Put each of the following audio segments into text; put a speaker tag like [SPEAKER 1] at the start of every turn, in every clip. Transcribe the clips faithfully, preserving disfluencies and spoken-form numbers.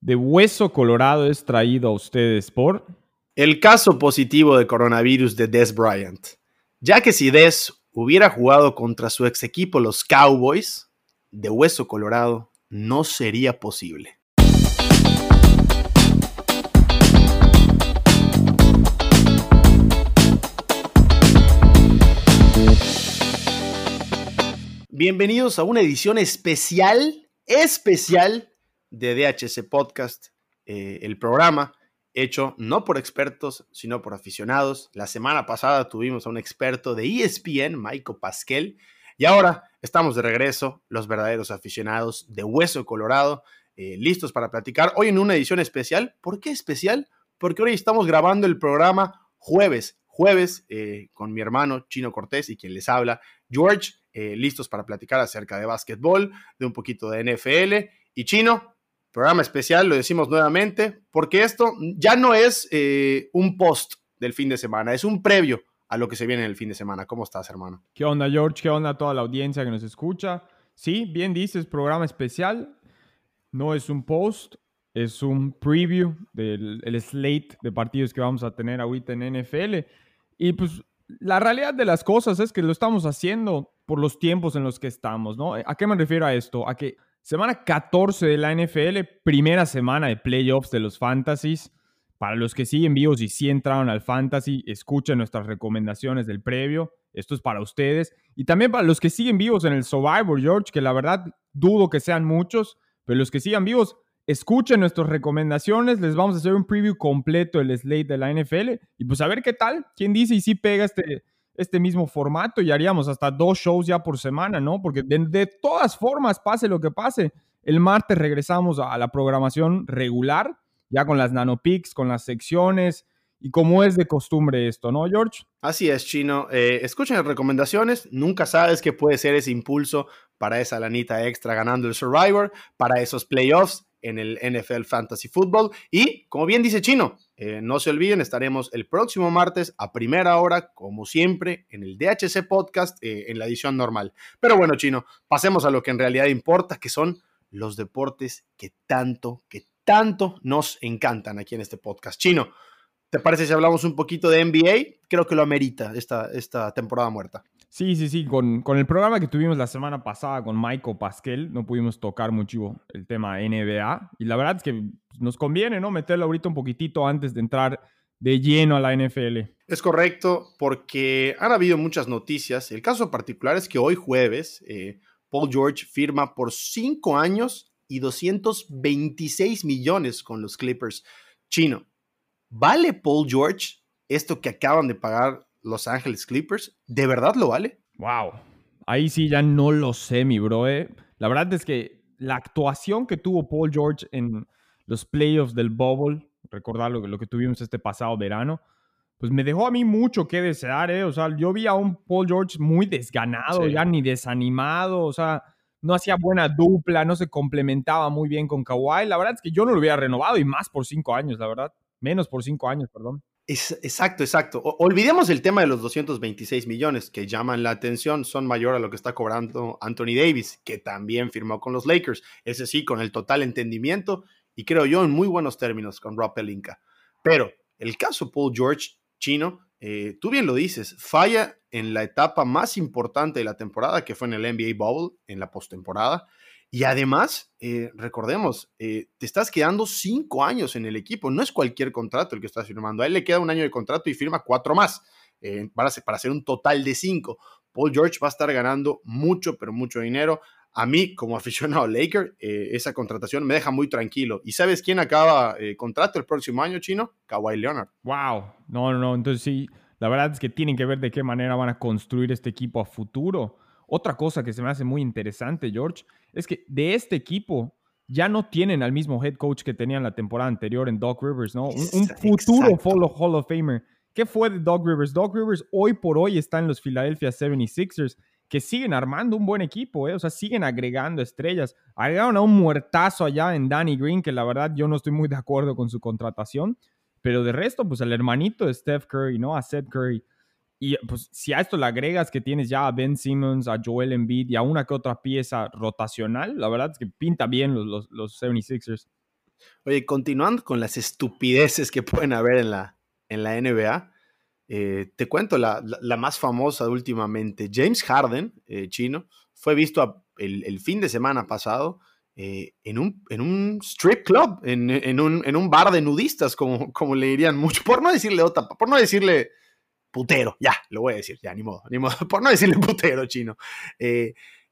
[SPEAKER 1] de Hueso Colorado es traído a ustedes por...
[SPEAKER 2] El caso positivo de coronavirus de Dez Bryant. Ya que si Dez hubiera jugado contra su ex equipo, los Cowboys, de Hueso Colorado no sería posible. Bienvenidos a una edición especial, especial de D H C Podcast, eh, el programa hecho no por expertos, sino por aficionados. La semana pasada tuvimos a un experto de E S P N, Michael Pasquel, y ahora estamos de regreso, los verdaderos aficionados de Hueso Colorado, eh, listos para platicar hoy en una edición especial. ¿Por qué especial? Porque hoy estamos grabando el programa jueves, jueves eh, con mi hermano Chino Cortés y quien les habla, George, eh, listos para platicar acerca de básquetbol, de un poquito de N F L. Y Chino, programa especial, lo decimos nuevamente, porque esto ya no es eh, un post del fin de semana, es un previo a lo que se viene en el fin de semana. ¿Cómo estás, hermano?
[SPEAKER 1] ¿Qué onda, George? ¿Qué onda a toda la audiencia que nos escucha? Sí, bien dices, programa especial. No es un post, es un preview del el slate de partidos que vamos a tener ahorita en N F L. Y pues la realidad de las cosas es que lo estamos haciendo por los tiempos en los que estamos, ¿no? ¿A qué me refiero a esto? A que semana catorce de la N F L, primera semana de playoffs de los fantasies. Para los que siguen vivos y sí entraron al fantasy, escuchen nuestras recomendaciones del previo. Esto es para ustedes. Y también para los que siguen vivos en el Survivor, George, que la verdad dudo que sean muchos, pero los que sigan vivos, escuchen nuestras recomendaciones. Les vamos a hacer un preview completo del slate de la N F L. Y pues a ver qué tal. ¿Quién dice y si pega este, este mismo formato? Y haríamos hasta dos shows ya por semana, ¿no? Porque de, de todas formas, pase lo que pase, el martes regresamos a la programación regular, ya con las nanopicks, con las secciones y como es de costumbre esto, ¿no, George?
[SPEAKER 2] Así es, Chino. Eh, escuchen las recomendaciones. Nunca sabes qué puede ser ese impulso para esa lanita extra ganando el Survivor, para esos playoffs en el N F L Fantasy Football. Y, como bien dice Chino, eh, no se olviden, estaremos el próximo martes a primera hora, como siempre, en el D H C Podcast, eh, en la edición normal. Pero bueno, Chino, pasemos a lo que en realidad importa, que son los deportes que tanto, que tanto nos encantan aquí en este podcast. Chino, ¿te parece si hablamos un poquito de N B A? Creo que lo amerita esta, esta temporada muerta.
[SPEAKER 1] Sí, sí, sí. Con, con el programa que tuvimos la semana pasada con Michael Pasquel, no pudimos tocar mucho el tema N B A. Y la verdad es que nos conviene, ¿no? Meterlo ahorita un poquitito antes de entrar de lleno a la N F L.
[SPEAKER 2] Es correcto, porque han habido muchas noticias. El caso particular es que hoy jueves, eh, Paul George firma por cinco años y doscientos veintiséis millones con los Clippers. Chino, ¿vale Paul George esto que acaban de pagar Los Ángeles Clippers? ¿De verdad lo vale?
[SPEAKER 1] Wow. Ahí sí ya no lo sé, mi bro. Eh. La verdad es que la actuación que tuvo Paul George en los playoffs del Bubble, recordar lo, lo que tuvimos este pasado verano, pues me dejó a mí mucho que desear, ¿eh? O sea, yo vi a un Paul George muy desganado,
[SPEAKER 2] Sí.
[SPEAKER 1] ya ni desanimado, o sea, no hacía buena dupla, no se complementaba muy bien con Kawhi. La verdad es que yo no lo hubiera renovado y más por cinco años, la verdad. Menos por cinco años, perdón.
[SPEAKER 2] Es, exacto, exacto. O, olvidemos el tema de los doscientos veintiséis millones que llaman la atención, son mayor a lo que está cobrando Anthony Davis, que también firmó con los Lakers. Ese sí, con el total entendimiento y creo yo en muy buenos términos con Rob Pelinka. Pero el caso Paul George, Chino, eh, tú bien lo dices, falla en la etapa más importante de la temporada, que fue en el N B A Bubble, en la postemporada. Y además, eh, recordemos, eh, te estás quedando cinco años en el equipo. No es cualquier contrato el que estás firmando. A él le queda un año de contrato y firma cuatro más eh, para, para hacer un total de cinco. Paul George va a estar ganando mucho, pero mucho dinero. A mí, como aficionado Laker, eh, esa contratación me deja muy tranquilo. ¿Y sabes quién acaba eh, contrato el próximo año, Chino? Kawhi Leonard.
[SPEAKER 1] Wow. No, no, no. Entonces sí, la verdad es que tienen que ver de qué manera van a construir este equipo a futuro. Otra cosa que se me hace muy interesante, George, es que de este equipo ya no tienen al mismo head coach que tenían la temporada anterior en Doc Rivers, ¿no? Un, un futuro Hall of, Hall of Famer. ¿Qué fue de Doc Rivers? Doc Rivers hoy por hoy está en los Philadelphia setenta y sixers, que siguen armando un buen equipo, ¿eh? O sea, siguen agregando estrellas. Agregaron a un muertazo allá en Danny Green, que la verdad yo no estoy muy de acuerdo con su contratación, pero de resto, pues el hermanito de Steph Curry, ¿no? A Seth Curry. Y pues si a esto le agregas que tienes ya a Ben Simmons, a Joel Embiid y a una que otra pieza rotacional, la verdad es que pinta bien los, los, los setenta y sixers.
[SPEAKER 2] Oye, continuando con las estupideces que pueden haber en la, en la N B A, eh, te cuento la, la, la, más famosa últimamente. James Harden, eh, chino, fue visto a, el, el fin de semana pasado eh, en, un, en un strip club, en, en, un, en un bar de nudistas, como, como le dirían mucho, por no decirle otra, por no decirle putero, ya, lo voy a decir, ya, ni modo, ni modo, por no decirle putero, chino. Eh,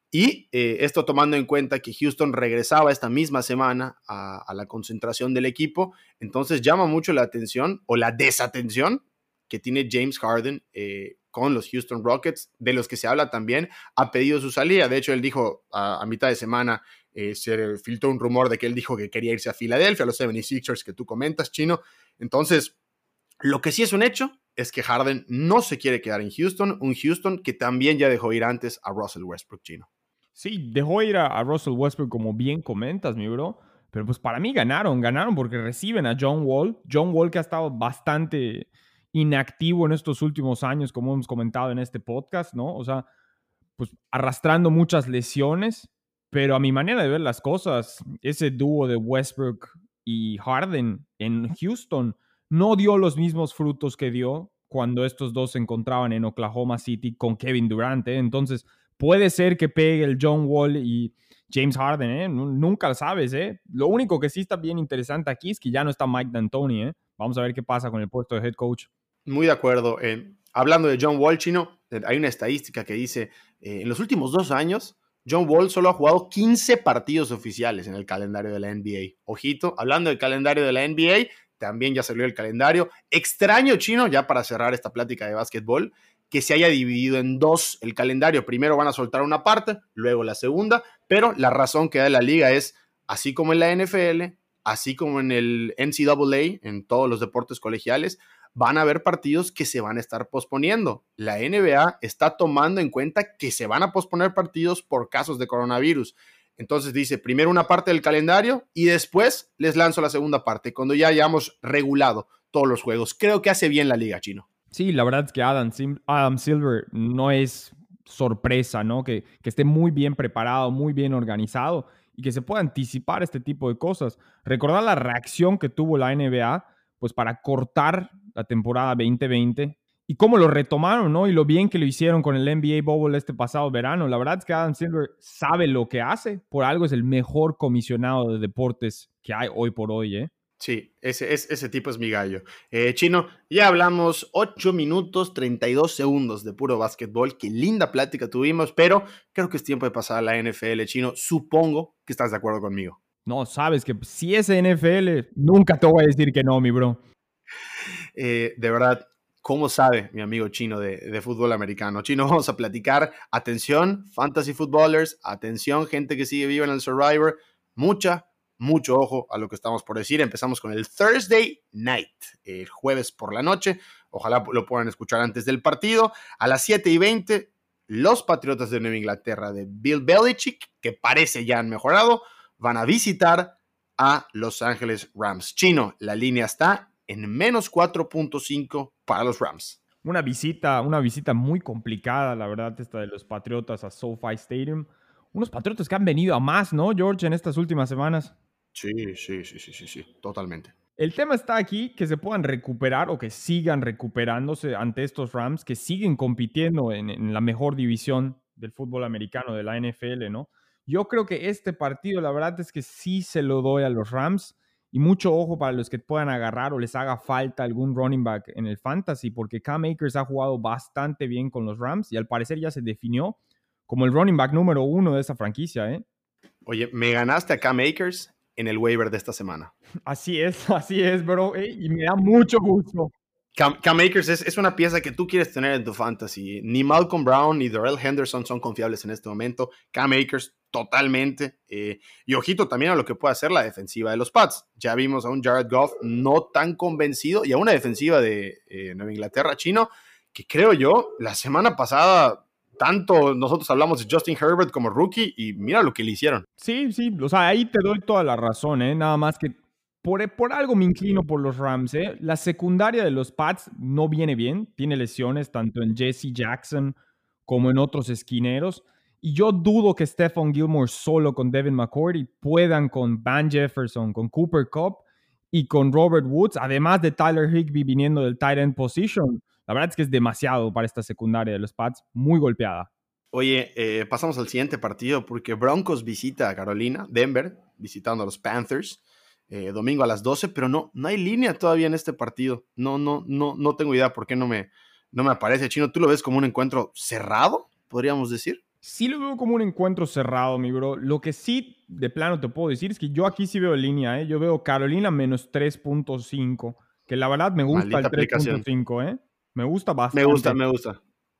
[SPEAKER 2] Y eh, esto tomando en cuenta que Houston regresaba esta misma semana a, a la concentración del equipo, entonces llama mucho la atención o la desatención que tiene James Harden eh, con los Houston Rockets, de los que se habla también, ha pedido su salida. De hecho, él dijo a, a mitad de semana, eh, se filtró un rumor de que él dijo que quería irse a Filadelfia, a los setenta y seis ers que tú comentas, chino. Entonces, lo que sí es un hecho es que Harden no se quiere quedar en Houston, un Houston que también ya dejó ir antes a Russell Westbrook, chino.
[SPEAKER 1] Sí, dejó ir a, a Russell Westbrook, como bien comentas, mi bro. Pero pues para mí ganaron, ganaron porque reciben a John Wall. John Wall que ha estado bastante inactivo en estos últimos años, como hemos comentado en este podcast, ¿no? O sea, pues arrastrando muchas lesiones. Pero a mi manera de ver las cosas, ese dúo de Westbrook y Harden en Houston no dio los mismos frutos que dio cuando estos dos se encontraban en Oklahoma City con Kevin Durant, ¿eh? Entonces, puede ser que pegue el John Wall y James Harden, ¿eh? Nunca lo sabes, ¿eh? Lo único que sí está bien interesante aquí es que ya no está Mike D'Antoni, ¿eh? Vamos a ver qué pasa con el puesto de head coach.
[SPEAKER 2] Muy de acuerdo. Eh, hablando de John Wall, chino, eh, hay una estadística que dice, eh, en los últimos dos años, John Wall solo ha jugado quince partidos oficiales en el calendario de la N B A. Ojito, hablando del calendario de la N B A, también ya salió el calendario. Extraño, chino, ya para cerrar esta plática de básquetbol, que se haya dividido en dos el calendario. Primero van a soltar una parte, luego la segunda, pero la razón que da la liga es, así como en la N F L, así como en el N C double A, en todos los deportes colegiales, van a haber partidos que se van a estar posponiendo. La N B A está tomando en cuenta que se van a posponer partidos por casos de coronavirus. Entonces dice, primero una parte del calendario y después les lanzo la segunda parte, cuando ya hayamos regulado todos los juegos. Creo que hace bien la liga, chino.
[SPEAKER 1] Sí, la verdad es que Adam, Adam Silver no es sorpresa, ¿no? Que, que esté muy bien preparado, muy bien organizado y que se pueda anticipar este tipo de cosas. Recordar la reacción que tuvo la N B A, pues para cortar la temporada veinte veinte y cómo lo retomaron, ¿no? Y lo bien que lo hicieron con el N B A Bubble este pasado verano. La verdad es que Adam Silver sabe lo que hace. Por algo es el mejor comisionado de deportes que hay hoy por hoy, ¿eh?
[SPEAKER 2] Sí, ese, ese, ese tipo es mi gallo. Eh, chino, ya hablamos ocho minutos treinta y dos segundos de puro básquetbol. Qué linda plática tuvimos, pero creo que es tiempo de pasar a la N F L, chino. Supongo que estás de acuerdo conmigo.
[SPEAKER 1] No, sabes que si es N F L, nunca te voy a decir que no, mi bro.
[SPEAKER 2] Eh, de verdad, ¿cómo sabe mi amigo chino de, de fútbol americano? Chino, vamos a platicar. Atención, fantasy footballers. Atención, gente que sigue viva en el Survivor. Mucha, mucho ojo a lo que estamos por decir. Empezamos con el Thursday Night, el jueves por la noche. Ojalá lo puedan escuchar antes del partido. A las siete y veinte, los Patriotas de Nueva Inglaterra de Bill Belichick, que parece ya han mejorado, van a visitar a Los Ángeles Rams. Chino, la línea está en menos cuatro punto cinco para los Rams.
[SPEAKER 1] Una visita, una visita muy complicada, la verdad, esta de los Patriotas a SoFi Stadium. Unos Patriotas que han venido a más, ¿no, George, en estas últimas semanas?
[SPEAKER 2] Sí, sí, sí, sí, sí, sí, totalmente.
[SPEAKER 1] El tema está aquí que se puedan recuperar o que sigan recuperándose ante estos Rams que siguen compitiendo en, en la mejor división del fútbol americano, de la N F L, ¿no? Yo creo que este partido, la verdad es que sí se lo doy a los Rams y mucho ojo para los que puedan agarrar o les haga falta algún running back en el fantasy, porque Cam Akers ha jugado bastante bien con los Rams y al parecer ya se definió como el running back número uno de esa franquicia, ¿eh?
[SPEAKER 2] Oye, me ganaste a Cam Akers en el waiver de esta semana.
[SPEAKER 1] Así es, así es, bro, ¿eh? Y me da mucho gusto.
[SPEAKER 2] Cam, Cam Akers es, es una pieza que tú quieres tener en tu fantasy. Ni Malcolm Brown ni Darrell Henderson son confiables en este momento. Cam Akers totalmente. Eh, y ojito también a lo que puede hacer la defensiva de los Pats. Ya vimos a un Jared Goff no tan convencido y a una defensiva de eh, Nueva Inglaterra, chino, que creo yo, la semana pasada, tanto nosotros hablamos de Justin Herbert como rookie y mira lo que le hicieron.
[SPEAKER 1] Sí, sí, o sea, ahí te doy toda la razón, ¿eh? Nada más que por, por algo me inclino por los Rams, ¿eh? La secundaria de los Pats no viene bien, tiene lesiones tanto en Jesse Jackson como en otros esquineros. Y yo dudo que Stephon Gilmore solo con Devin McCourty puedan con Van Jefferson, con Cooper Kupp y con Robert Woods, además de Tyler Higbee viniendo del tight end position. La verdad es que es demasiado para esta secundaria de los Pats, muy golpeada.
[SPEAKER 2] Oye, eh, pasamos al siguiente partido porque Broncos visita a Carolina, Denver, visitando a los Panthers, eh, domingo a las doce, pero no, no hay línea todavía en este partido. No, no, no, no tengo idea por qué no me, no me aparece. Chino, ¿tú lo ves como un encuentro cerrado, podríamos decir?
[SPEAKER 1] Sí lo veo como un encuentro cerrado, mi bro. Lo que sí, de plano, te puedo decir es que yo aquí sí veo línea, ¿eh? Yo veo Carolina menos tres punto cinco, que la verdad me gusta
[SPEAKER 2] Maldita
[SPEAKER 1] el tres punto
[SPEAKER 2] aplicación.
[SPEAKER 1] cinco, ¿eh? Me gusta
[SPEAKER 2] Me gusta,
[SPEAKER 1] bastante.
[SPEAKER 2] me gusta.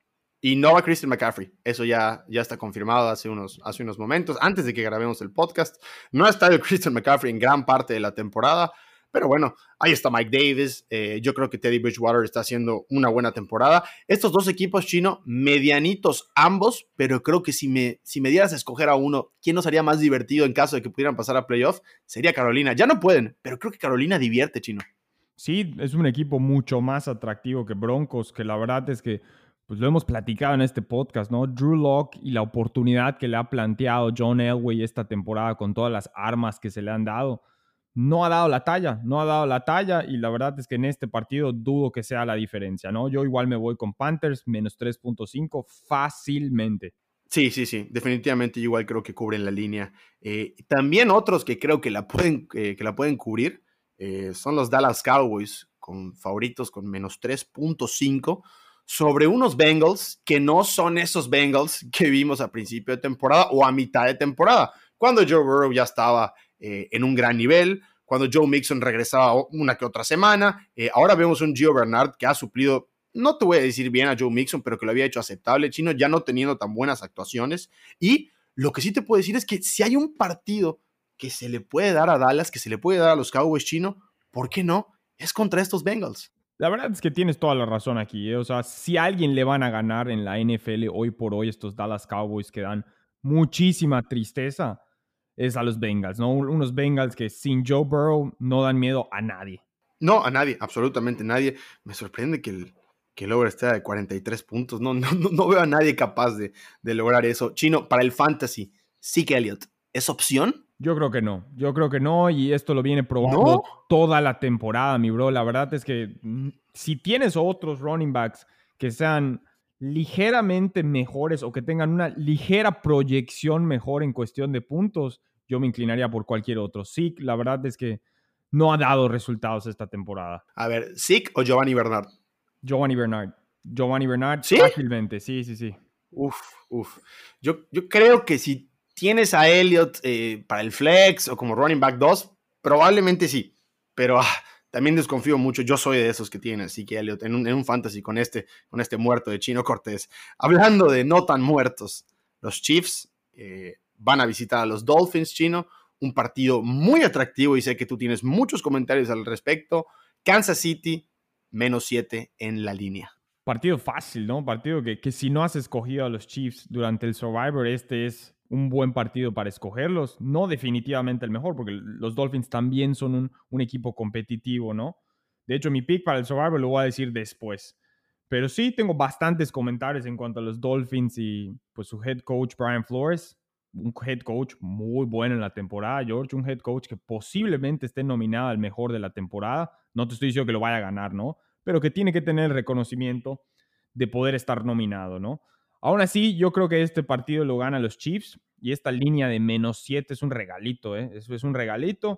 [SPEAKER 2] Y no va Christian McCaffrey. Eso ya, ya está confirmado hace unos, hace unos momentos, antes de que grabemos el podcast. No ha estado Christian McCaffrey en gran parte de la temporada, pero bueno, ahí está Mike Davis. Eh, yo creo que Teddy Bridgewater está haciendo una buena temporada. Estos dos equipos, Chino, medianitos ambos, pero creo que si me, si me dieras a escoger a uno, ¿quién nos haría más divertido en caso de que pudieran pasar a playoff? Sería Carolina. Ya no pueden, pero creo que Carolina divierte, Chino.
[SPEAKER 1] Sí, es un equipo mucho más atractivo que Broncos, que la verdad es que, pues lo hemos platicado en este podcast, ¿no? Drew Lock y la oportunidad que le ha planteado John Elway esta temporada con todas las armas que se le han dado, no ha dado la talla, no ha dado la talla y la verdad es que en este partido dudo que sea la diferencia, ¿no? Yo igual me voy con Panthers, menos tres punto cinco fácilmente.
[SPEAKER 2] Sí, sí, sí, definitivamente yo igual creo que cubren la línea. Eh, también otros que creo que la pueden, eh, que la pueden cubrir eh, son los Dallas Cowboys, con favoritos con menos tres punto cinco, sobre unos Bengals que no son esos Bengals que vimos a principio de temporada o a mitad de temporada, cuando Joe Burrow ya estaba eh, en un gran nivel, cuando Joe Mixon regresaba una que otra semana. Eh, ahora vemos un Gio Bernard que ha suplido, no te voy a decir bien a Joe Mixon, pero que lo había hecho aceptable, Chino, ya no teniendo tan buenas actuaciones. Y lo que sí te puedo decir es que si hay un partido que se le puede dar a Dallas, que se le puede dar a los Cowboys, Chino, ¿por qué no? Es contra estos Bengals.
[SPEAKER 1] La verdad es que tienes toda la razón aquí, ¿eh? O sea, si a alguien le van a ganar en la N F L hoy por hoy, estos Dallas Cowboys que dan muchísima tristeza, es a los Bengals, ¿no? Unos Bengals que sin Joe Burrow no dan miedo a nadie.
[SPEAKER 2] No, a nadie, absolutamente nadie. Me sorprende que el, que el over esté de cuarenta y tres puntos. No, no, no, no veo a nadie capaz de, de lograr eso. Chino, para el fantasy, Zeke Elliott, ¿es opción?
[SPEAKER 1] Yo creo que no, yo creo que no, y esto lo viene probando
[SPEAKER 2] No.
[SPEAKER 1] toda la temporada, mi bro. La verdad es que mm, si tienes otros running backs que sean ligeramente mejores o que tengan una ligera proyección mejor en cuestión de puntos, yo me inclinaría por cualquier otro. Sí, la verdad es que no ha dado resultados esta temporada.
[SPEAKER 2] A ver, Zeke o Giovanni Bernard.
[SPEAKER 1] Giovanni Bernard. Giovanni Bernard
[SPEAKER 2] ¿Sí?
[SPEAKER 1] fácilmente, sí, sí, sí.
[SPEAKER 2] Uf, uf. Yo, yo creo que si tienes a Elliott eh, para el flex o como running back dos, probablemente sí. Pero ah, también desconfío mucho. Yo soy de esos que tienen así que Elliott en un, en un fantasy con este, con este muerto de Chino Cortés. Hablando de no tan muertos, los Chiefs eh, van a visitar a los Dolphins, Chino. Un partido muy atractivo y sé que tú tienes muchos comentarios al respecto. Kansas City, menos siete en la línea.
[SPEAKER 1] Partido fácil, ¿no? Partido que, que si no has escogido a los Chiefs durante el Survivor, este es un buen partido para escogerlos. No definitivamente el mejor, porque los Dolphins también son un, un equipo competitivo, ¿no? De hecho, mi pick para el Survivor lo voy a decir después. Pero sí tengo bastantes comentarios en cuanto a los Dolphins y pues su head coach Brian Flores. Un head coach muy bueno en la temporada, George. Un head coach que posiblemente esté nominado al mejor de la temporada. No te estoy diciendo que lo vaya a ganar, ¿no? Pero que tiene que tener el reconocimiento de poder estar nominado, ¿no? Aún así, yo creo que este partido lo ganan los Chiefs y esta línea de menos siete es un regalito, ¿eh? Eso es un regalito.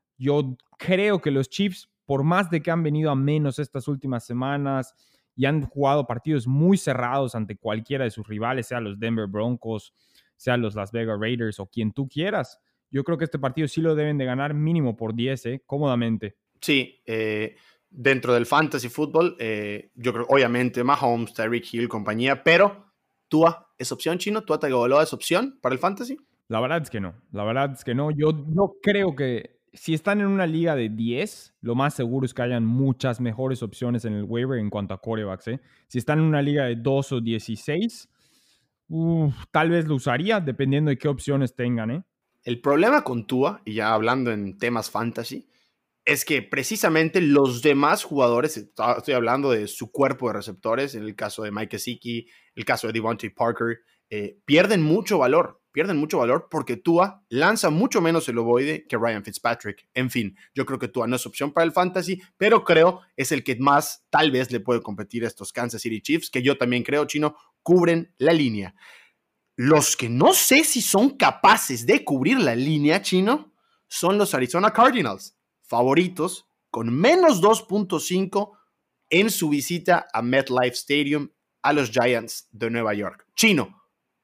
[SPEAKER 1] Yo creo que los Chiefs, por más de que han venido a menos estas últimas semanas y han jugado partidos muy cerrados ante cualquiera de sus rivales, sea los Denver Broncos, sea los Las Vegas Raiders o quien tú quieras, yo creo que este partido sí lo deben de ganar mínimo por diez, ¿eh? Cómodamente.
[SPEAKER 2] Sí, eh, dentro del fantasy fútbol, eh, yo creo, obviamente, Mahomes, Tyreek Hill, compañía, pero Tua es opción, Chino. Tua Tagovailoa es opción para el fantasy.
[SPEAKER 1] La verdad es que no. La verdad es que no. Yo no creo que si están en una liga de diez, lo más seguro es que hayan muchas mejores opciones en el waiver en cuanto a quarterbacks, ¿eh? Si están en una liga de dos o dieciséis, uf, tal vez lo usaría dependiendo de qué opciones tengan, ¿eh?
[SPEAKER 2] El problema con Tua, y ya hablando en temas fantasy, es que precisamente los demás jugadores, estoy hablando de su cuerpo de receptores, en el caso de Mike Gesicki, el caso de Devontae Parker, eh, pierden mucho valor, pierden mucho valor porque Tua lanza mucho menos el ovoide que Ryan Fitzpatrick. En fin, yo creo que Tua no es opción para el fantasy, pero creo es el que más tal vez le puede competir a estos Kansas City Chiefs, que yo también creo, Chino, cubren la línea. Los que no sé si son capaces de cubrir la línea, Chino, son los Arizona Cardinals, favoritos con menos dos punto cinco en su visita a MetLife Stadium a los Giants de Nueva York. Chino,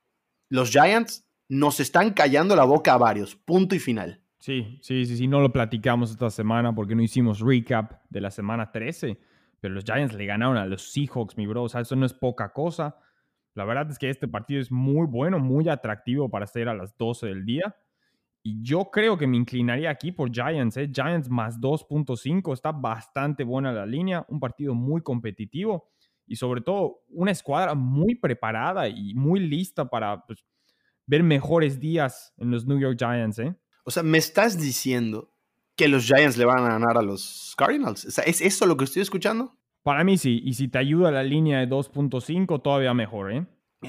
[SPEAKER 2] los Giants nos están callando la boca a varios, punto y final.
[SPEAKER 1] Sí, sí, sí, sí, no lo platicamos esta semana porque no hicimos recap de la semana trece, pero los Giants le ganaron a los Seahawks, mi bro, o sea, eso no es poca cosa. La verdad es que este partido es muy bueno, muy atractivo para ser a las doce del día. Y yo creo que me inclinaría aquí por Giants. ¿eh? Giants más dos punto cinco. Está bastante buena la línea. Un partido muy competitivo. Y sobre todo, una escuadra muy preparada y muy lista para pues, ver mejores días en los New York Giants. ¿eh?
[SPEAKER 2] O sea, me estás diciendo que los Giants le van a ganar a los Cardinals. O sea, ¿es eso lo que estoy escuchando?
[SPEAKER 1] Para mí sí. Y si te ayuda la línea de dos punto cinco, todavía mejor. ¿eh?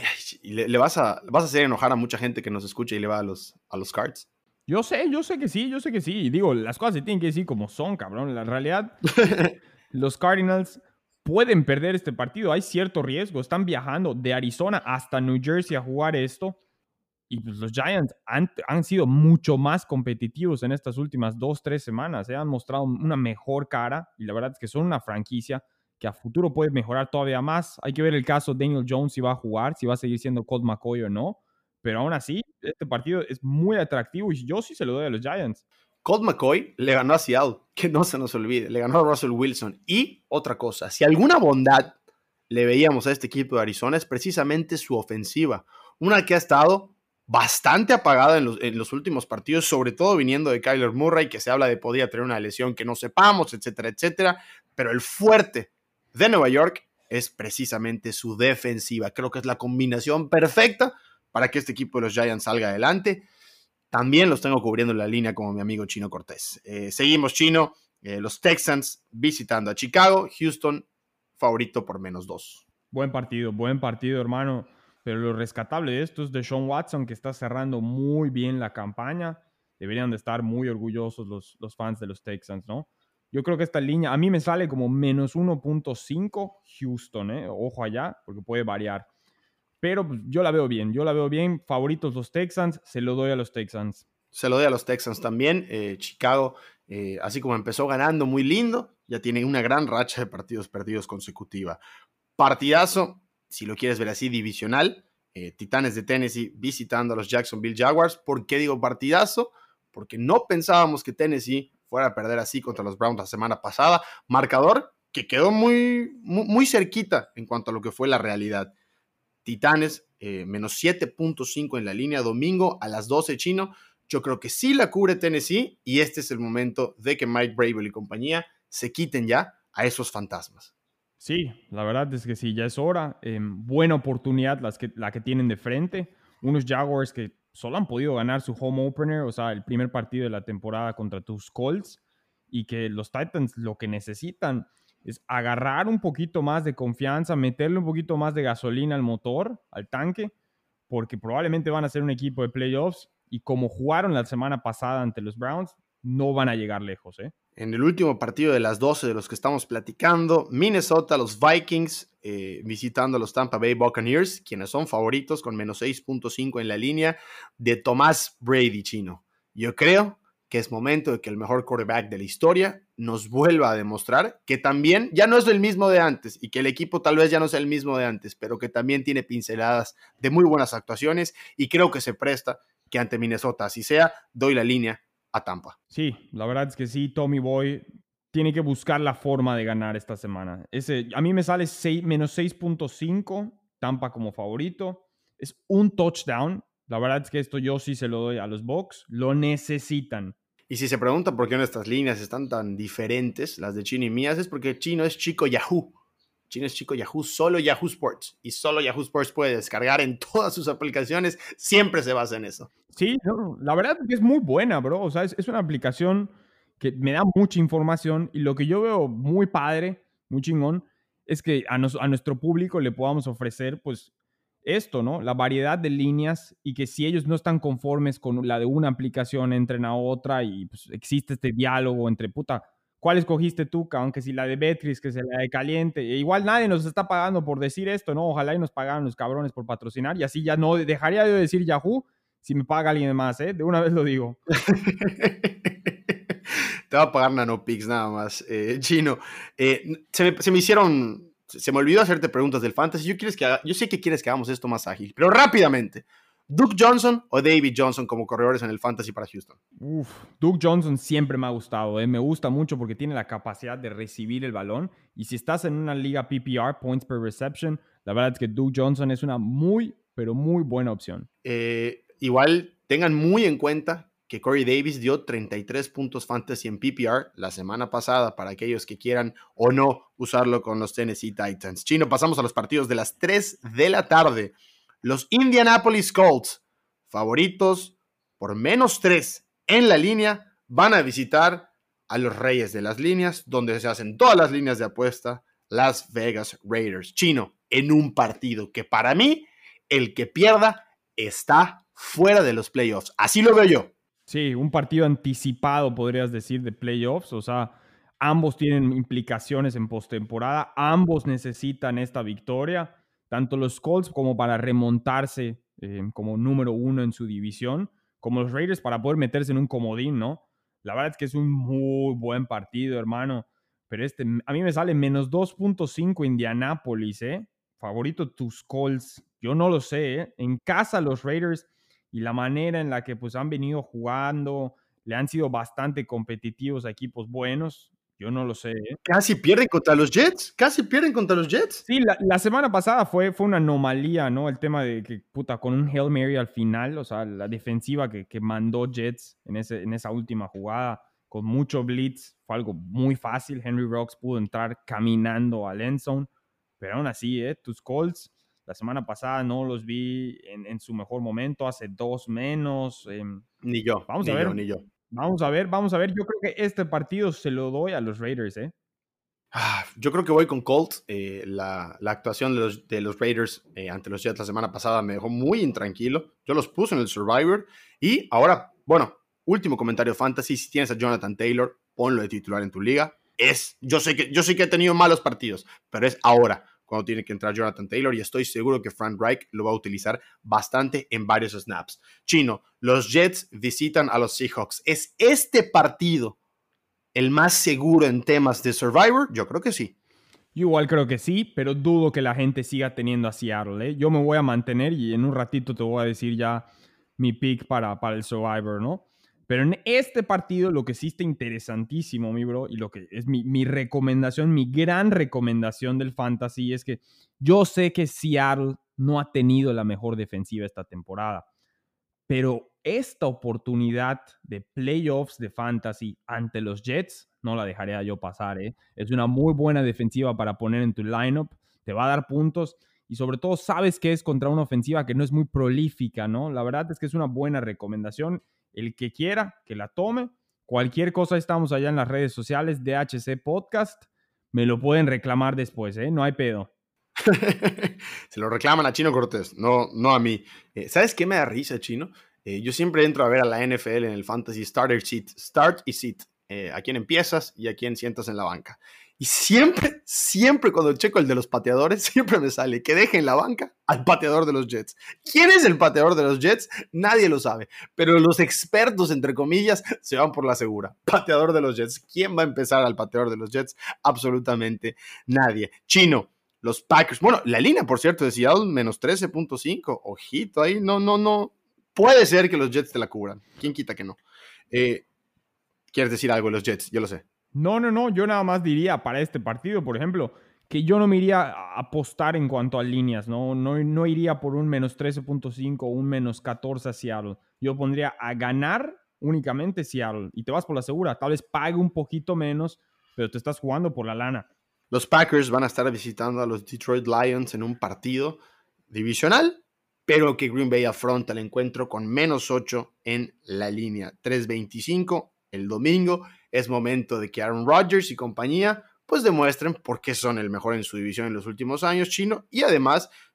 [SPEAKER 2] Y le, le vas, a, vas a hacer enojar a mucha gente que nos escucha y le va a los, a los Cards.
[SPEAKER 1] Yo sé, yo sé que sí, yo sé que sí. Y digo, las cosas se tienen que decir como son, cabrón. La realidad, los Cardinals pueden perder este partido. Hay cierto riesgo. Están viajando de Arizona hasta New Jersey a jugar esto. Y pues los Giants han, han sido mucho más competitivos en estas últimas dos, tres semanas. ¿eh? Han mostrado una mejor cara. Y la verdad es que son una franquicia que a futuro puede mejorar todavía más. Hay que ver el caso de Daniel Jones si va a jugar, si va a seguir siendo Colt McCoy o no. Pero aún así, este partido es muy atractivo y yo sí se lo doy a los Giants.
[SPEAKER 2] Colt McCoy le ganó a Seattle, que no se nos olvide, le ganó a Russell Wilson. Y otra cosa, si alguna bondad le veíamos a este equipo de Arizona es precisamente su ofensiva, una que ha estado bastante apagada en los, en los últimos partidos, sobre todo viniendo de Kyler Murray, que se habla de podría tener una lesión que no sepamos, etcétera, etcétera, pero el fuerte de Nueva York es precisamente su defensiva. Creo que es la combinación perfecta para que este equipo de los Giants salga adelante. También los tengo cubriendo en la línea como mi amigo Chino Cortés. Eh, seguimos, Chino. Eh, los Texans visitando a Chicago. Houston, favorito por menos dos.
[SPEAKER 1] Buen partido, buen partido, hermano. Pero lo rescatable de esto es Deshaun Watson, que está cerrando muy bien la campaña. Deberían de estar muy orgullosos los, los fans de los Texans, ¿no? Yo creo que esta línea, a mí me sale como menos uno punto cinco Houston, ¿eh? Ojo allá, porque puede variar. Pero pues, yo la veo bien, yo la veo bien. Favoritos los Texans, se lo doy a los Texans.
[SPEAKER 2] Se lo doy a los Texans también. Eh, Chicago, eh, así como empezó ganando muy lindo, ya tiene una gran racha de partidos perdidos consecutiva. Partidazo, si lo quieres ver así, divisional. Eh, Titanes de Tennessee visitando a los Jacksonville Jaguars. ¿Por qué digo partidazo? Porque no pensábamos que Tennessee fuera a perder así contra los Browns la semana pasada. Marcador que quedó muy, muy, muy cerquita en cuanto a lo que fue la realidad. Titanes, eh, menos siete punto cinco en la línea, domingo a las doce, Chino. Yo creo que sí la cubre Tennessee y este es el momento de que Mike Vrabel y compañía se quiten ya a esos fantasmas.
[SPEAKER 1] Sí, la verdad es que sí, ya es hora. Eh, buena oportunidad las que, la que tienen de frente. Unos Jaguars que solo han podido ganar su home opener, o sea, el primer partido de la temporada contra tus Colts, y que los Titans lo que necesitan es agarrar un poquito más de confianza, meterle un poquito más de gasolina al motor, al tanque, porque probablemente van a ser un equipo de playoffs y como jugaron la semana pasada ante los Browns, no van a llegar lejos, ¿eh?
[SPEAKER 2] En el último partido de las doce de los que estamos platicando, Minnesota, los Vikings, eh, visitando a los Tampa Bay Buccaneers, quienes son favoritos con menos seis punto cinco en la línea de Tomás Brady, Chino. Yo creo que es momento de que el mejor quarterback de la historia nos vuelva a demostrar que también ya no es el mismo de antes y que el equipo tal vez ya no sea el mismo de antes, pero que también tiene pinceladas de muy buenas actuaciones y creo que se presta que ante Minnesota así sea, doy la línea a Tampa.
[SPEAKER 1] Sí, la verdad es que sí, Tommy Boy tiene que buscar la forma de ganar esta semana. Ese, a mí me sale seis, menos seis punto cinco, Tampa como favorito. Es un touchdown. La verdad es que esto yo sí se lo doy a los Bucs. Lo necesitan.
[SPEAKER 2] Y si se pregunta por qué nuestras líneas están tan diferentes, las de Chino y mías, es porque Chino es chico Yahoo. Chino es chico Yahoo, solo Yahoo Sports. Y solo Yahoo Sports puede descargar en todas sus aplicaciones. Siempre se basa en eso.
[SPEAKER 1] Sí, no, la verdad es que es muy buena, bro. O sea, es, es una aplicación que me da mucha información y lo que yo veo muy padre, muy chingón, es que a, nos, a nuestro público le podamos ofrecer, pues, esto, ¿no? La variedad de líneas y que si ellos no están conformes con la de una aplicación, entren a otra y pues, existe este diálogo entre, puta, ¿cuál escogiste tú, cabrón? Que si la de Betcris, que si la de Caliente. E igual nadie nos está pagando por decir esto, ¿no? Ojalá y nos pagaran los cabrones por patrocinar y así ya no dejaría yo de decir Yahoo si me paga alguien más, ¿eh? De una vez lo digo.
[SPEAKER 2] Te va a pagar NanoPix nada más, eh, Chino. Eh, se, me, se me hicieron... Se me olvidó hacerte preguntas del fantasy. Yo, quieres que haga, yo sé que quieres que hagamos esto más ágil, pero rápidamente. ¿Duke Johnson o David Johnson como corredores en el fantasy para Houston?
[SPEAKER 1] Uf, Duke Johnson siempre me ha gustado. ¿eh? Me gusta mucho porque tiene la capacidad de recibir el balón. Y si estás en una liga P P R, Points Per Reception, la verdad es que Duke Johnson es una muy, pero muy buena opción.
[SPEAKER 2] Eh, igual tengan muy en cuenta que Corey Davis dio treinta y tres puntos fantasy en P P R la semana pasada para aquellos que quieran o no usarlo con los Tennessee Titans. Chino, pasamos a los partidos de las tres de la tarde. Los Indianapolis Colts, favoritos por menos tres en la línea, van a visitar a los Reyes de las Líneas, donde se hacen todas las líneas de apuesta, Las Vegas Raiders. Chino, en un partido que para mí, el que pierda está fuera de los playoffs. Así lo veo yo.
[SPEAKER 1] Sí, un partido anticipado, podrías decir, de playoffs. O sea, ambos tienen implicaciones en postemporada. Ambos necesitan esta victoria, tanto los Colts como para remontarse eh, como número uno en su división, como los Raiders para poder meterse en un comodín, ¿no? La verdad es que es un muy buen partido, hermano. Pero este, a mí me sale menos dos punto cinco Indianápolis, ¿eh? Favorito tus Colts. Yo no lo sé, ¿eh? En casa los Raiders y la manera en la que pues han venido jugando, le han sido bastante competitivos a equipos buenos, yo no lo sé. ¿eh?
[SPEAKER 2] Casi pierden contra los Jets, casi pierden contra los Jets.
[SPEAKER 1] Sí, la, la semana pasada fue, fue una anomalía, ¿no? El tema de que, puta, con un Hail Mary al final, o sea, la defensiva que, que mandó Jets en, ese, en esa última jugada, con mucho blitz, fue algo muy fácil. Henry Ruggs pudo entrar caminando al end zone, pero aún así, ¿eh? Tus Colts, la semana pasada no los vi en, en su mejor momento, hace dos menos. Eh,
[SPEAKER 2] Ni yo,
[SPEAKER 1] vamos
[SPEAKER 2] ni
[SPEAKER 1] a ver,
[SPEAKER 2] yo, ni yo.
[SPEAKER 1] vamos a ver, vamos a ver. Yo creo que este partido se lo doy a los Raiders, ¿eh?
[SPEAKER 2] Ah, yo creo que voy con Colts. Eh, la, la actuación de los, de los Raiders eh, ante los Jets la semana pasada me dejó muy intranquilo. Yo los puse en el Survivor. Y ahora, bueno, último comentario fantasy. Si tienes a Jonathan Taylor, ponlo de titular en tu liga. Es, yo sé que, yo sé que ha tenido malos partidos, pero es ahora cuando tiene que entrar Jonathan Taylor y estoy seguro que Frank Reich lo va a utilizar bastante en varios snaps. Chino, los Jets visitan a los Seahawks. ¿Es este partido el más seguro en temas de Survivor? Yo creo que sí.
[SPEAKER 1] Yo igual creo que sí, pero dudo que la gente siga teniendo a Seattle. ¿eh? Yo me voy a mantener y en un ratito te voy a decir ya mi pick para, para el Survivor, ¿no? Pero en este partido lo que sí está interesantísimo, mi bro, y lo que es mi, mi recomendación, mi gran recomendación del fantasy es que yo sé que Seattle no ha tenido la mejor defensiva esta temporada, pero esta oportunidad de playoffs de fantasy ante los Jets no la dejaría yo pasar. ¿eh? Es una muy buena defensiva para poner en tu lineup, te va a dar puntos y sobre todo sabes que es contra una ofensiva que no es muy prolífica, ¿no? La verdad es que es una buena recomendación. El que quiera, que la tome. Cualquier cosa, estamos allá en las redes sociales de H C Podcast. Me lo pueden reclamar después, ¿eh? No hay pedo.
[SPEAKER 2] Se lo reclaman a Chino Cortés, no, no a mí. Eh, ¿Sabes qué me da risa, Chino? Eh, yo siempre entro a ver a la N F L en el Fantasy Starter Seat, Start y Sit. Eh, a quién empiezas y a quién sientas en la banca. Y siempre, siempre cuando checo el de los pateadores, siempre me sale que deje en la banca al pateador de los Jets. ¿Quién es el pateador de los Jets? Nadie lo sabe. Pero los expertos, entre comillas, se van por la segura. Pateador de los Jets. ¿Quién va a empezar al pateador de los Jets? Absolutamente nadie. Chino, los Packers. Bueno, la línea, por cierto, de Seattle, menos trece punto cinco. Ojito ahí. No, no, no. Puede ser que los Jets te la cubran. ¿Quién quita que no? Eh, ¿Quieres decir algo de los Jets? Yo lo sé.
[SPEAKER 1] No, no, no. Yo nada más diría para este partido, por ejemplo, que yo no me iría a apostar en cuanto a líneas, ¿no? No, no iría por un menos trece punto cinco o un menos catorce a Seattle. Yo pondría a ganar únicamente Seattle y te vas por la segura. Tal vez pague un poquito menos, pero te estás jugando por la lana.
[SPEAKER 2] Los Packers van a estar visitando a los Detroit Lions en un partido divisional, pero que Green Bay afronta el encuentro con menos ocho en la línea. tres veinticinco el domingo. Es momento de que Aaron Rodgers y compañía pues demuestren por qué son el mejor en su división en los últimos años, Chino, y además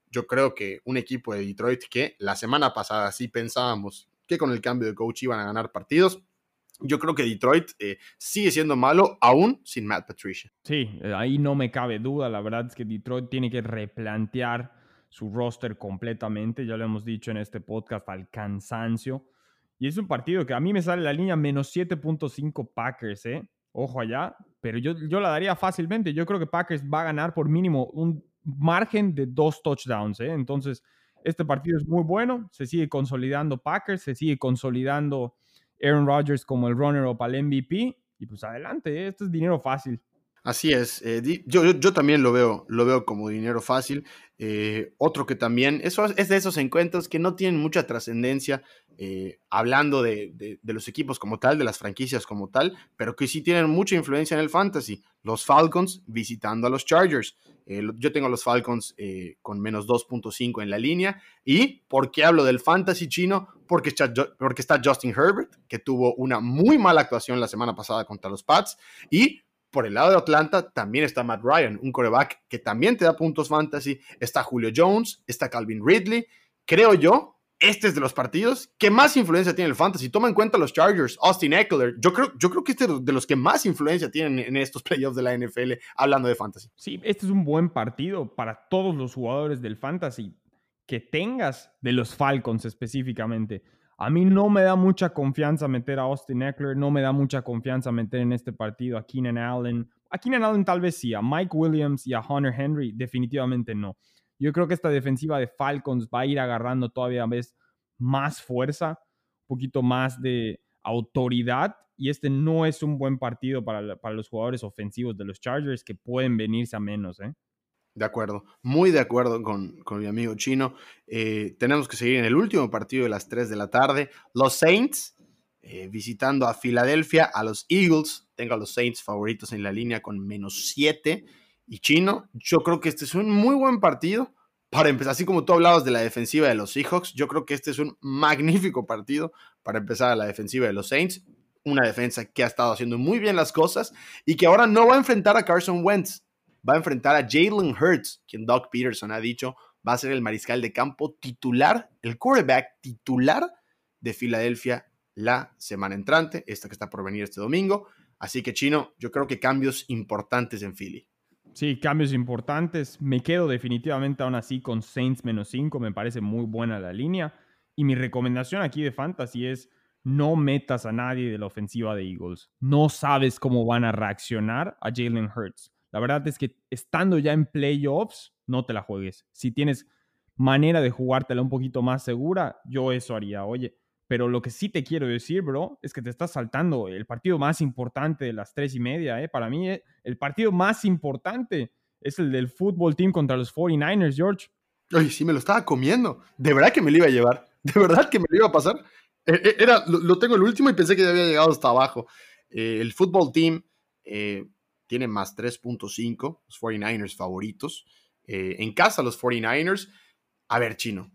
[SPEAKER 2] yo creo que un equipo de Detroit que la semana pasada sí pensábamos que con el cambio de coach iban a ganar partidos, yo creo que Detroit eh, sigue siendo malo aún sin Matt Patricia.
[SPEAKER 1] Sí, ahí no me cabe duda. La verdad es que Detroit tiene que replantear su roster completamente. Ya lo hemos dicho en este podcast al cansancio. Y es un partido que a mí me sale la línea menos siete punto cinco Packers, ¿eh? Ojo allá. Pero yo, yo la daría fácilmente. Yo creo que Packers va a ganar por mínimo un margen de dos touchdowns, ¿eh? Entonces, este partido es muy bueno. Se sigue consolidando Packers, se sigue consolidando Aaron Rodgers como el runner-up al M V P. Y pues adelante, ¿eh? Esto es dinero fácil.
[SPEAKER 2] Así es, eh, yo, yo, yo también lo veo, lo veo como dinero fácil. Eh, otro que también, eso es de esos encuentros que no tienen mucha trascendencia, eh, hablando de, de, de los equipos como tal, de las franquicias como tal, pero que sí tienen mucha influencia en el fantasy. Los Falcons visitando a los Chargers. Eh, yo tengo a los Falcons eh, con menos dos punto cinco en la línea. ¿Y por qué hablo del fantasy chino? Porque está, porque está Justin Herbert, que tuvo una muy mala actuación la semana pasada contra los Pats, y por el lado de Atlanta también está Matt Ryan, un quarterback que también te da puntos fantasy. Está Julio Jones, está Calvin Ridley. Creo yo, este es de los partidos que más influencia tiene el fantasy. Toma en cuenta los Chargers, Austin Eckler. Yo creo, yo creo que este es de los que más influencia tienen en estos playoffs de la N F L, hablando de fantasy.
[SPEAKER 1] Sí, este es un buen partido para todos los jugadores del fantasy que tengas de los Falcons específicamente. A mí no me da mucha confianza meter a Austin Eckler, no me da mucha confianza meter en este partido a Keenan Allen. A Keenan Allen tal vez sí, a Mike Williams y a Hunter Henry definitivamente no. Yo creo que esta defensiva de Falcons va a ir agarrando todavía vez más fuerza, un poquito más de autoridad, y este no es un buen partido para, para los jugadores ofensivos de los Chargers que pueden venirse a menos, ¿eh?
[SPEAKER 2] De acuerdo, muy de acuerdo con, con mi amigo Chino. Eh, tenemos que seguir en el último partido de las tres de la tarde. Los Saints eh, visitando a Filadelfia, a los Eagles. Tengo a los Saints favoritos en la línea con menos siete. Y Chino, yo creo que este es un muy buen partido para empezar. Así como tú hablabas de la defensiva de los Seahawks, yo creo que este es un magnífico partido para empezar a la defensiva de los Saints. Una defensa que ha estado haciendo muy bien las cosas y que ahora no va a enfrentar a Carson Wentz. Va a enfrentar a Jalen Hurts, quien Doug Peterson ha dicho va a ser el mariscal de campo titular, el quarterback titular de Filadelfia la semana entrante, esta que está por venir este domingo. Así que, Chino, yo creo que cambios importantes en Philly.
[SPEAKER 1] Sí, cambios importantes. Me quedo definitivamente aún así con Saints menos cinco. Me parece muy buena la línea. Y mi recomendación aquí de Fantasy es no metas a nadie de la ofensiva de Eagles. No sabes cómo van a reaccionar a Jalen Hurts. La verdad es que estando ya en playoffs, no te la juegues. Si tienes manera de jugártela un poquito más segura, yo eso haría. Oye, pero lo que sí te quiero decir, bro, es que te estás saltando el partido más importante de las tres y media. ¿eh? Para mí, eh, el partido más importante es el del fútbol team contra los cuarenta y nueve ers, George.
[SPEAKER 2] Ay, sí, me lo estaba comiendo. De verdad que me lo iba a llevar. De verdad que me lo iba a pasar. Era, lo, lo tengo el último y pensé que ya había llegado hasta abajo. Eh, el fútbol team... Eh, tiene más tres punto cinco, los cuarenta y nueve ers favoritos. Eh, en casa, los cuarenta y nueve ers. A ver, Chino,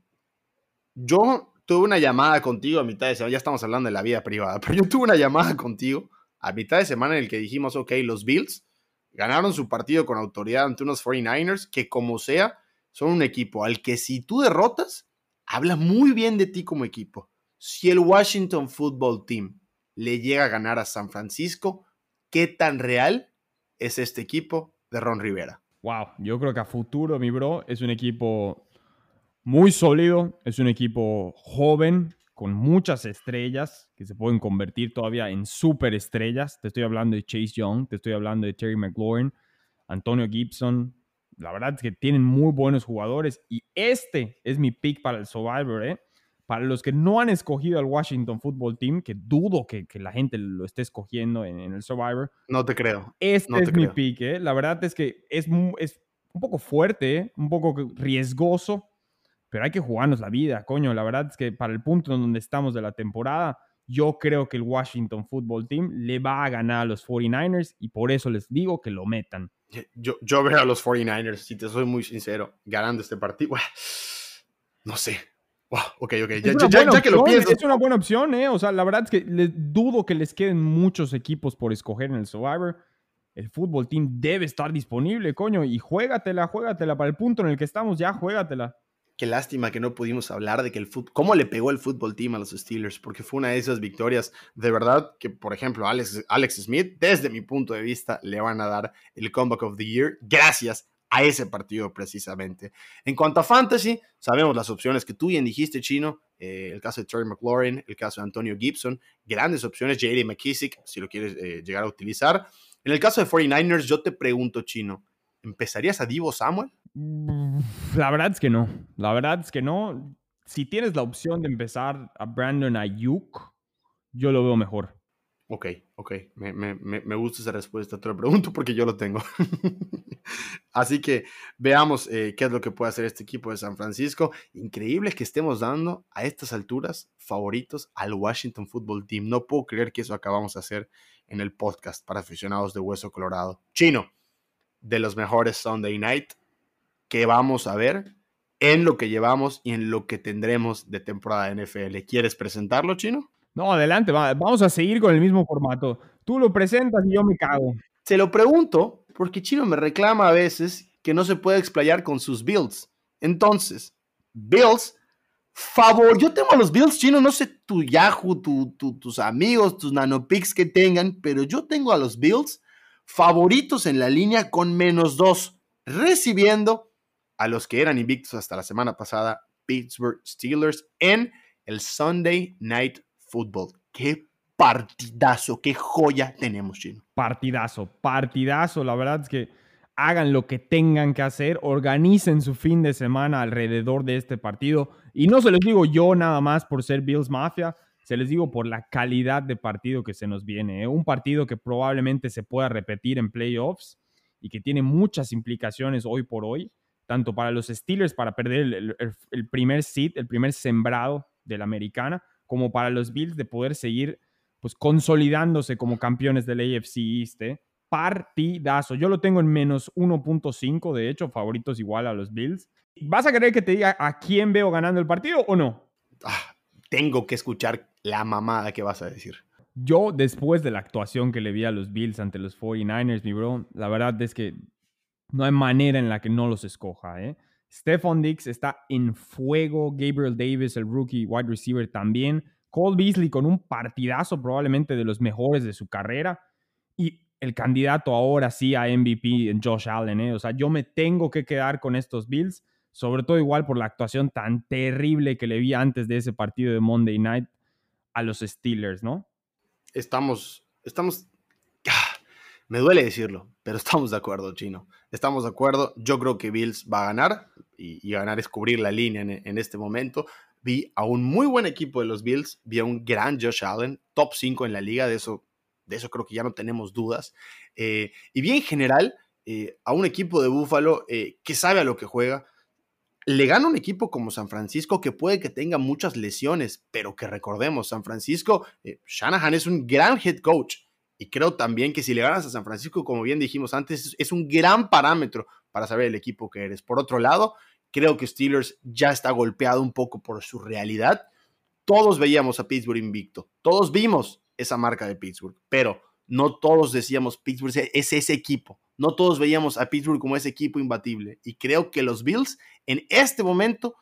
[SPEAKER 2] yo tuve una llamada contigo a mitad de semana, ya estamos hablando de la vida privada, pero yo tuve una llamada contigo a mitad de semana en el que dijimos, ok, los Bills ganaron su partido con autoridad ante unos cuarenta y nueve ers que como sea, son un equipo al que si tú derrotas, habla muy bien de ti como equipo. Si el Washington Football Team le llega a ganar a San Francisco, ¿qué tan real es este equipo de Ron Rivera?
[SPEAKER 1] Wow, yo creo que a futuro, mi bro, es un equipo muy sólido, es un equipo joven, con muchas estrellas que se pueden convertir todavía en superestrellas. Te estoy hablando de Chase Young, te estoy hablando de Terry McLaurin, Antonio Gibson. La verdad es que tienen muy buenos jugadores y este es mi pick para el Survivor, ¿eh? Para los que no han escogido al Washington Football Team, que dudo que, que la gente lo esté escogiendo en, en el Survivor.
[SPEAKER 2] No te creo.
[SPEAKER 1] Este
[SPEAKER 2] no
[SPEAKER 1] es
[SPEAKER 2] te
[SPEAKER 1] mi
[SPEAKER 2] creo.
[SPEAKER 1] pick, ¿eh? La verdad es que es, es un poco fuerte, ¿eh? Un poco riesgoso, pero hay que jugarnos la vida, coño. La verdad es que para el punto en donde estamos de la temporada, yo creo que el Washington Football Team le va a ganar a los cuarenta y nueve ers y por eso les digo que lo metan.
[SPEAKER 2] Yo, yo veo a los cuarenta y nueve ers, si te soy muy sincero, ganando este partido. No sé. Wow, ok, ok. Ya, ya, ya, ya que lo piensas.
[SPEAKER 1] Es una buena opción, ¿eh? O sea, la verdad es que les, dudo que les queden muchos equipos por escoger en el Survivor. El Football Team debe estar disponible, coño, y juégatela, juégatela. Para el punto en el que estamos, ya juégatela.
[SPEAKER 2] Qué lástima que no pudimos hablar de que el fútbol, cómo le pegó el fútbol team a los Steelers, porque fue una de esas victorias de verdad que, por ejemplo, Alex, Alex Smith, desde mi punto de vista, le van a dar el Comeback of the Year gracias a ese partido precisamente. En cuanto a fantasy, sabemos las opciones que tú bien dijiste, Chino, eh, el caso de Terry McLaurin, el caso de Antonio Gibson, grandes opciones, J D McKissick, si lo quieres eh, llegar a utilizar. En el caso de cuarenta y nueve ers, yo te pregunto, Chino, ¿empezarías a Deebo Samuel?
[SPEAKER 1] La verdad es que no. La verdad es que no. Si tienes la opción de empezar a Brandon Ayuk, yo lo veo mejor.
[SPEAKER 2] Ok, ok. Me, me, me gusta esa respuesta. Te lo pregunto porque yo lo tengo. Así que veamos eh, qué es lo que puede hacer este equipo de San Francisco. Increíble que estemos dando a estas alturas favoritos al Washington Football Team. No puedo creer que eso acabamos de hacer en el podcast para aficionados de Hueso Colorado. Chino, de los mejores Sunday Night que vamos a ver en lo que llevamos y en lo que tendremos de temporada de N F L. ¿Quieres presentarlo, Chino?
[SPEAKER 1] No, adelante, va, vamos a seguir con el mismo formato. Tú lo presentas y yo me cago.
[SPEAKER 2] Se lo pregunto porque Chino me reclama a veces que no se puede explayar con sus builds. Entonces, Bills, favor, yo tengo a los Bills, Chino, no sé tu Yahoo, tu, tu, tus amigos, tus nanopicks que tengan, pero yo tengo a los Bills favoritos en la línea con menos dos, recibiendo a los que eran invictos hasta la semana pasada, Pittsburgh Steelers, en el Sunday Night Football. ¡Qué partidazo! ¡Qué joya tenemos, Chino!
[SPEAKER 1] Partidazo, partidazo. La verdad es que hagan lo que tengan que hacer, organicen su fin de semana alrededor de este partido. Y no se los digo yo nada más por ser Bills Mafia, se les digo por la calidad de partido que se nos viene. ¿eh? Un partido que probablemente se pueda repetir en playoffs y que tiene muchas implicaciones hoy por hoy, tanto para los Steelers para perder el, el, el primer seed, el primer sembrado de la americana, como para los Bills de poder seguir pues consolidándose como campeones del A F C East. ¿eh? Partidazo. Yo lo tengo en menos uno punto cinco, de hecho, favoritos igual a los Bills. ¿Vas a querer que te diga a quién veo ganando el partido o no?
[SPEAKER 2] Ah, tengo que escuchar la mamada que vas a decir.
[SPEAKER 1] Yo, después de la actuación que le vi a los Bills ante los cuarenta y nueve ers, mi bro, la verdad es que no hay manera en la que no los escoja. ¿eh? Stephon Diggs está en fuego. Gabriel Davis, el rookie wide receiver, también. Cole Beasley con un partidazo probablemente de los mejores de su carrera. Y el candidato ahora sí a M V P, Josh Allen. ¿eh? O sea, yo me tengo que quedar con estos Bills, sobre todo igual por la actuación tan terrible que le vi antes de ese partido de Monday Night a los Steelers, ¿no?
[SPEAKER 2] Estamos, estamos, ah, me duele decirlo, pero estamos de acuerdo, Chino. Estamos de acuerdo. Yo creo que Bills va a ganar y, y ganar es cubrir la línea en, en este momento. Vi a un muy buen equipo de los Bills, vi a un gran Josh Allen, top cinco en la liga, de eso, de eso creo que ya no tenemos dudas. Eh, y vi en general eh, a un equipo de Buffalo eh, que sabe a lo que juega. Le gana un equipo como San Francisco que puede que tenga muchas lesiones, pero que recordemos, San Francisco, eh, Shanahan es un gran head coach y creo también que si le ganas a San Francisco, como bien dijimos antes, es, es un gran parámetro para saber el equipo que eres. Por otro lado, creo que Steelers ya está golpeado un poco por su realidad. Todos veíamos a Pittsburgh invicto, todos vimos esa marca de Pittsburgh, pero no todos decíamos Pittsburgh es ese equipo. No todos veíamos a Pittsburgh como ese equipo imbatible. Y creo que los Bills en este momento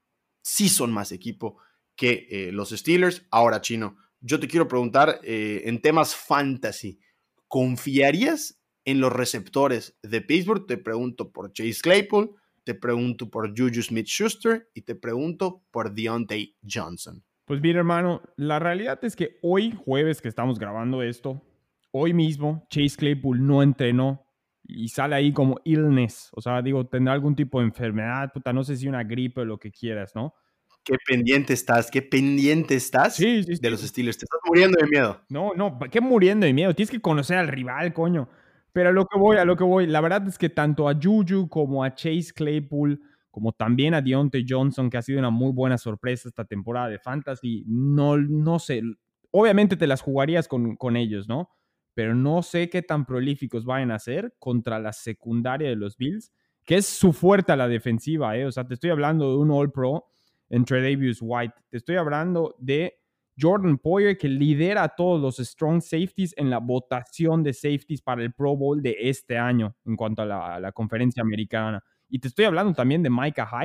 [SPEAKER 2] sí son más equipo que eh, los Steelers. Ahora, Chino, yo te quiero preguntar eh, en temas fantasy, ¿confiarías en los receptores de Pittsburgh? Te pregunto por Chase Claypool, te pregunto por Juju Smith-Schuster y te pregunto por Deontay Johnson.
[SPEAKER 1] Pues bien, hermano, la realidad es que hoy, jueves que estamos grabando esto, hoy mismo Chase Claypool no entrenó y sale ahí como illness. O sea, digo, tendrá algún tipo de enfermedad, puta, no sé si una gripe o lo que quieras, ¿no?
[SPEAKER 2] Qué pendiente estás, qué pendiente estás
[SPEAKER 1] sí, sí, sí.
[SPEAKER 2] de los Steelers. Te estás muriendo de miedo.
[SPEAKER 1] No, no, ¿qué muriendo de miedo? Tienes que conocer al rival, coño. Pero a lo que voy, a lo que voy, la verdad es que tanto a Juju como a Chase Claypool, como también a Deontay Johnson, que ha sido una muy buena sorpresa esta temporada de Fantasy, no, no sé, obviamente te las jugarías con, con ellos, ¿no? Pero no sé qué tan prolíficos vayan a ser contra la secundaria de los Bills, que es su fuerte a la defensiva, ¿eh? O sea, te estoy hablando de un All-Pro entre Tre'Davious White, te estoy hablando de Jordan Poyer, que lidera a todos los strong safeties en la votación de safeties para el Pro Bowl de este año en cuanto a la, a la conferencia americana. Y te estoy hablando también de Micah Hyde,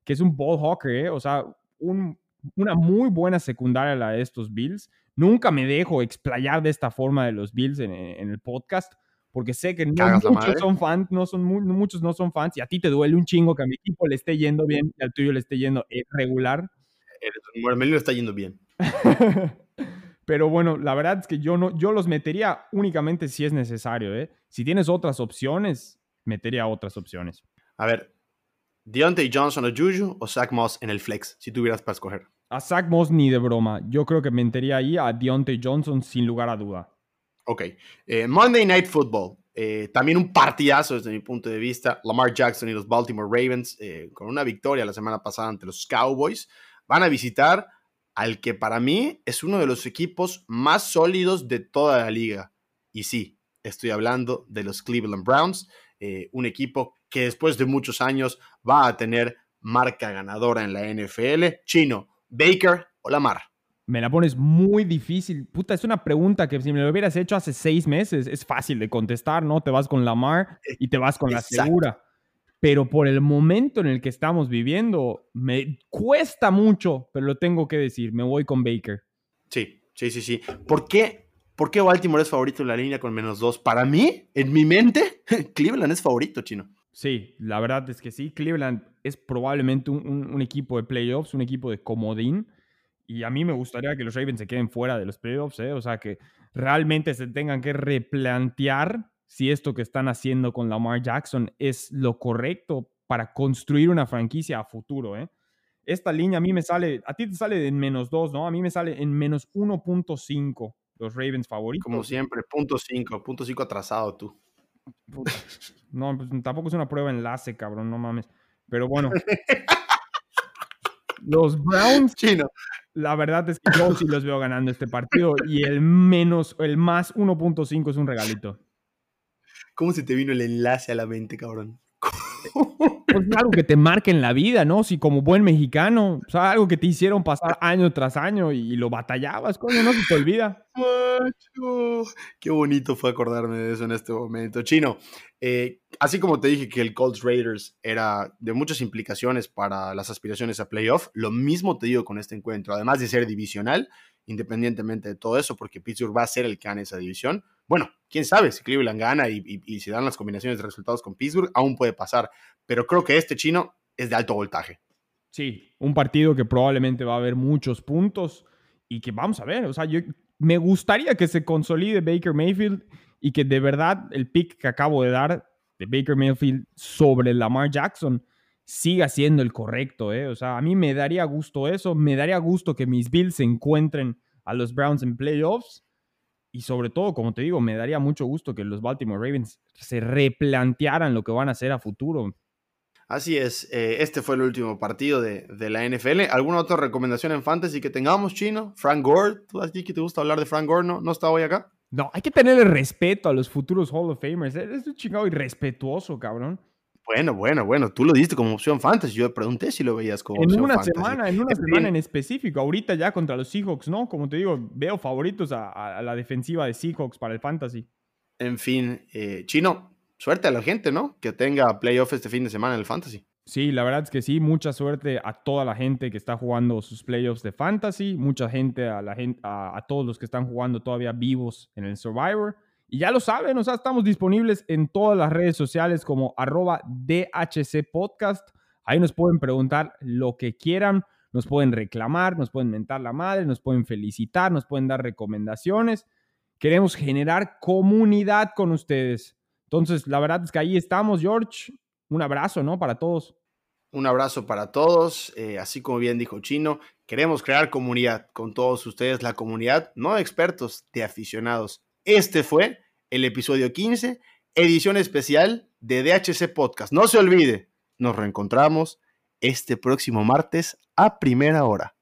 [SPEAKER 1] que es un ball hawker, ¿eh? O sea, un, una muy buena secundaria la de estos Bills. Nunca me dejo explayar de esta forma de los Bills en, en el podcast, porque sé que no
[SPEAKER 2] Cagas la
[SPEAKER 1] muchos
[SPEAKER 2] madre.
[SPEAKER 1] son fans, no son mu- muchos no son fans, y a ti te duele un chingo que a mi equipo le esté yendo bien y al tuyo le esté yendo eh, regular.
[SPEAKER 2] El Melino está yendo bien.
[SPEAKER 1] Pero bueno, la verdad es que yo, no, yo los metería únicamente si es necesario, ¿eh? Si tienes otras opciones, metería otras opciones.
[SPEAKER 2] A ver, Deontay Johnson o Juju o Zach Moss en el flex, si tuvieras para escoger.
[SPEAKER 1] A Zach Moss ni de broma. Yo creo que metería ahí a Deontay Johnson sin lugar a duda.
[SPEAKER 2] Ok. Eh, Monday Night Football. Eh, también un partidazo desde mi punto de vista. Lamar Jackson y los Baltimore Ravens, eh, con una victoria la semana pasada ante los Cowboys, van a visitar al que para mí es uno de los equipos más sólidos de toda la liga. Y sí, estoy hablando de los Cleveland Browns, eh, un equipo que después de muchos años va a tener marca ganadora en la N F L. Chino, Baker o Lamar.
[SPEAKER 1] Me la pones muy difícil. Puta, es una pregunta que si me lo hubieras hecho hace seis meses, es fácil de contestar, ¿no? Te vas con Lamar y te vas con la
[SPEAKER 2] Exacto.
[SPEAKER 1] segura. Pero por el momento en el que estamos viviendo, me cuesta mucho, pero lo tengo que decir, me voy con Baker.
[SPEAKER 2] Sí, sí, sí, sí. ¿Por qué, ¿Por qué Baltimore es favorito en la línea con menos dos? Para mí, en mi mente, Cleveland es favorito, Chino.
[SPEAKER 1] Sí, la verdad es que sí. Cleveland es probablemente un, un, un equipo de playoffs, un equipo de comodín. Y a mí me gustaría que los Ravens se queden fuera de los playoffs, ¿eh? O sea, que realmente se tengan que replantear si esto que están haciendo con Lamar Jackson es lo correcto para construir una franquicia a futuro, ¿eh? Esta línea a mí me sale, a ti te sale en menos dos, ¿no? A mí me sale en menos uno punto cinco los Ravens favoritos.
[SPEAKER 2] Como siempre, punto cinco, punto cinco atrasado tú.
[SPEAKER 1] Puta. No, pues tampoco es una prueba enlace, cabrón, no mames. Pero bueno. Los Browns,
[SPEAKER 2] Chino,
[SPEAKER 1] la verdad es que yo sí los veo ganando este partido y el menos, el más uno punto cinco es un regalito.
[SPEAKER 2] ¿cómo se te vino el enlace a la mente, cabrón?
[SPEAKER 1] Pues algo que te marque en la vida, ¿no? Si como buen mexicano, o sea, algo que te hicieron pasar año tras año y lo batallabas, coño, no se te olvida.
[SPEAKER 2] Macho, qué bonito fue acordarme de eso en este momento. Chino, eh, así como te dije que el Colts Raiders era de muchas implicaciones para las aspiraciones a playoff, lo mismo te digo con este encuentro. Además de ser divisional, independientemente de todo eso, porque Pittsburgh va a ser el que gane esa división. Bueno, quién sabe, si Cleveland gana y, y, y se dan las combinaciones de resultados con Pittsburgh, aún puede pasar. Pero creo que este, Chino, es de alto voltaje.
[SPEAKER 1] Sí, un partido que probablemente va a haber muchos puntos y que vamos a ver, o sea, yo me gustaría que se consolide Baker Mayfield y que de verdad el pick que acabo de dar de Baker Mayfield sobre Lamar Jackson siga siendo el correcto, ¿eh? O sea, a mí me daría gusto eso, me daría gusto que mis Bills se encuentren a los Browns en playoffs y sobre todo, como te digo, me daría mucho gusto que los Baltimore Ravens se replantearan lo que van a hacer a futuro.
[SPEAKER 2] Así es, eh, este fue el último partido de, de la N F L. ¿Alguna otra recomendación en fantasy que tengamos, Chino? Frank Gore, ¿tú a ti que te gusta hablar de Frank Gore? ¿No, no está hoy acá?
[SPEAKER 1] No, hay que tenerle respeto a los futuros Hall of Famers. Eres un chingado irrespetuoso, cabrón.
[SPEAKER 2] Bueno, bueno, bueno, tú lo diste como opción fantasy. Yo pregunté si lo veías como
[SPEAKER 1] en
[SPEAKER 2] opción
[SPEAKER 1] una
[SPEAKER 2] fantasy.
[SPEAKER 1] semana, en una
[SPEAKER 2] En
[SPEAKER 1] semana
[SPEAKER 2] fin,
[SPEAKER 1] en específico. Ahorita ya contra los Seahawks, ¿no? Como te digo, veo favoritos a, a la defensiva de Seahawks para el fantasy.
[SPEAKER 2] en fin eh, Chino, suerte a la gente, ¿no? Que tenga playoff este fin de semana en el fantasy.
[SPEAKER 1] Sí, la verdad es que sí. Mucha suerte a toda la gente que está jugando sus playoffs de fantasy. Mucha gente a, la gente, a, a todos los que están jugando todavía vivos en el Survivor. Y ya lo saben, o sea, estamos disponibles en todas las redes sociales como arroba D H C Podcast. Ahí nos pueden preguntar lo que quieran, nos pueden reclamar, nos pueden mentar la madre, nos pueden felicitar, nos pueden dar recomendaciones. Queremos generar comunidad con ustedes. Entonces, la verdad es que ahí estamos, George. Un abrazo, ¿no? Para todos.
[SPEAKER 2] Un abrazo para todos. Eh, así como bien dijo Chino, queremos crear comunidad con todos ustedes, la comunidad, no de expertos, de aficionados. Este fue el episodio quince, edición especial de D H C Podcast. No se olvide, nos reencontramos este próximo martes a primera hora.